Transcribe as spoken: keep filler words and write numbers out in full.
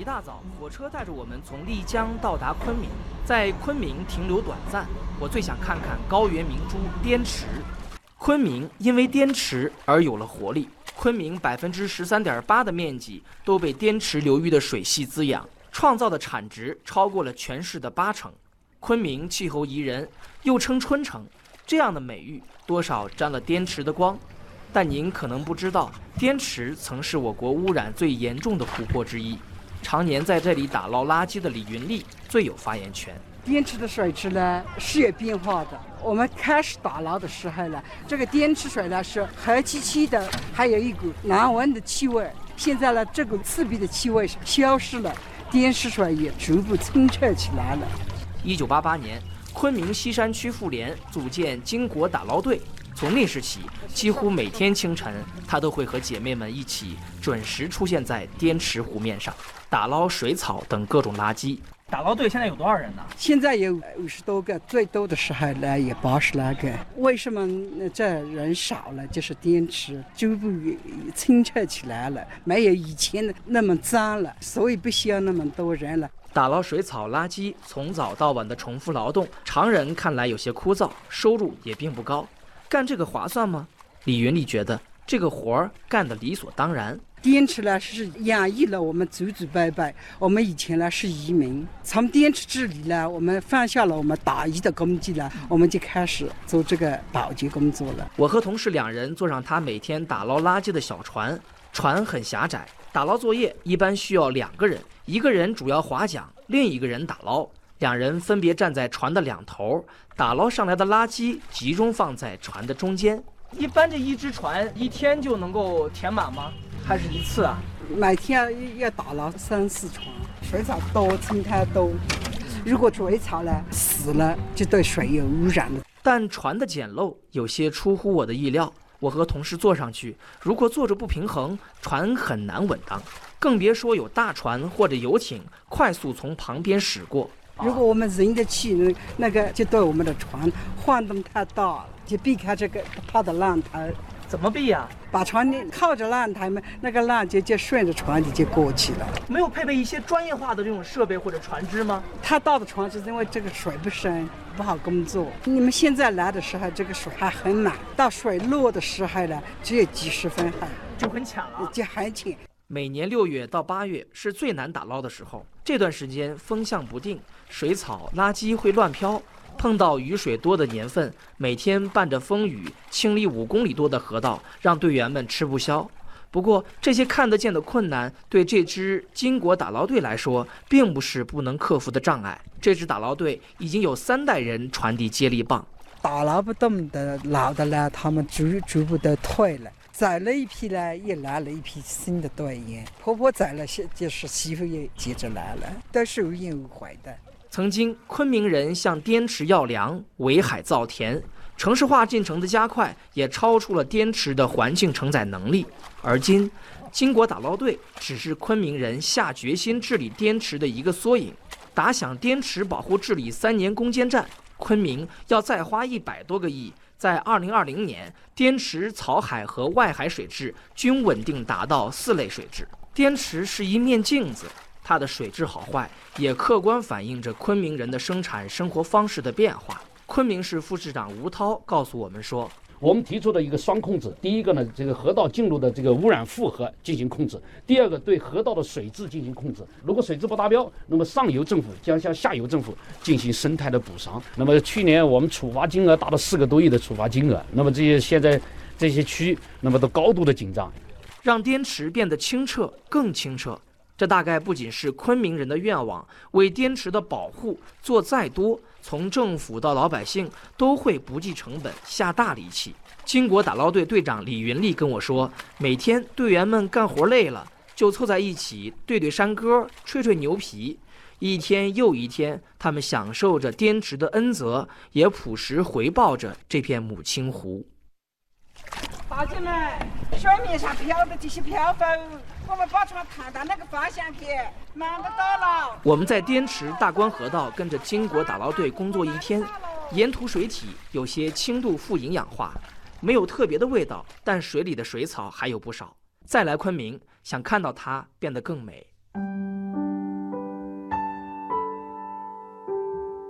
一大早，火车带着我们从丽江到达昆明，在昆明停留短暂。我最想看看高原明珠滇池。昆明因为滇池而有了活力。昆明百分之十三点八的面积都被滇池流域的水系滋养，创造的产值超过了全市的八成。昆明气候宜人，又称春城，这样的美誉多少沾了滇池的光。但您可能不知道，滇池曾是我国污染最严重的湖泊之一。常年在这里打捞垃圾的李云丽最有发言权。 滇池的水质呢是有变化的。我们开始打捞的时候呢，这个滇池水呢是黑漆漆的，还有一股难闻的气味。现在呢，这股刺鼻的气味消失了，滇池水也逐步清澈起来了。 一九八八年，昆明西山区妇联组建经国打捞队。从那时起，几乎每天清晨，他都会和姐妹们一起准时出现在滇池湖面上，打捞水草等各种垃圾。打捞队现在有多少人呢？ 现在有五十多个，最多的时候呢也八十来个。为什么这人少了？就是滇池逐步清澈起来了，没有以前的那么脏了，所以不需要那么多人了。 打捞水草垃圾，从早到晚的重复劳动，常人看来有些枯燥，收入也并不高。干这个划算吗？李云丽觉得这个活儿干得理所当然。 滇池呢是养育了我们祖祖辈辈，我们以前呢是渔民，从滇池治理呢，我们放下了我们打鱼的工具了，我们就开始做这个保洁工作了。 我和同事两人坐上他每天打捞垃圾的小船，船很狭窄，打捞作业一般需要两个人，一个人主要划桨，另一个人打捞。两人分别站在船的两头，打捞上来的垃圾集中放在船的中间。一般这一只船一天就能够填满吗？还是一次啊？ 每天要打捞三四船，水草多，青苔多。如果水草呢死了，就对水有污染了。 但船的简陋有些出乎我的意料。我和同事坐上去，如果坐着不平衡，船很难稳当，更别说有大船或者游艇快速从旁边驶过。 如果我们人的气，那个就对我们的船晃动太大了，就避开这个它的浪台。 怎么避呀、啊？ 把船靠着浪台嘛，那个浪就就顺着船底就过去了。 没有配备一些专业化的这种设备或者船只吗？ 太大的船是因为这个水不深，不好工作。你们现在来的时候，这个水还很满，到水落的时候呢，只有几十分海， 就很浅了， 就很浅。 每年六月到八月是最难打捞的时候，这段时间风向不定，水草、垃圾会乱飘。碰到雨水多的年份，每天伴着风雨清理五公里多的河道，让队员们吃不消。不过，这些看得见的困难，对这支经国打捞队来说，并不是不能克服的障碍。这支打捞队已经有三代人传递接力棒。 打捞不动的老的呢，他们逐逐步都退了。走了一批呢，又来了一批新的队员。婆婆走了，就是媳妇也接着来了，都是无怨无悔的。 曾经，昆明人向滇池要粮，围海造田，城市化进程的加快也超出了滇池的环境承载能力。而今，经国打捞队只是昆明人下决心治理滇池的一个缩影。打响滇池保护治理三年攻坚战，昆明要再花一百多个亿，在二零二零年，滇池草海和外海水质均稳定达到四类水质。滇池是一面镜子。它的水质好坏也客观反映着昆明人的生产生活方式的变化。昆明市副市长吴涛告诉我们说， 我们提出了一个双控制，第一个呢，这个河道进入的这个污染负荷进行控制；第二个，对河道的水质进行控制。如果水质不达标，那么上游政府将向下游政府进行生态的补偿。那么去年我们处罚金额达到四个多亿的处罚金额，那么这些现在这些区，那么都高度的紧张， 让滇池变得清澈更清澈。这大概不仅是昆明人的愿望，为滇池的保护做再多，从政府到老百姓都会不计成本下大力气。经国打捞队队长李云丽跟我说，每天队员们干活累了，就凑在一起对对山歌，吹吹牛皮。一天又一天，他们享受着滇池的恩泽，也朴实回报着这片母亲湖。 大姐们，水面上飘的这些漂浮，我们把船探到那个方向去，忙不到了。 我们在滇池大关河道跟着经国打捞队工作一天，沿途水体有些轻度富营养化，没有特别的味道，但水里的水草还有不少。再来昆明，想看到它变得更美。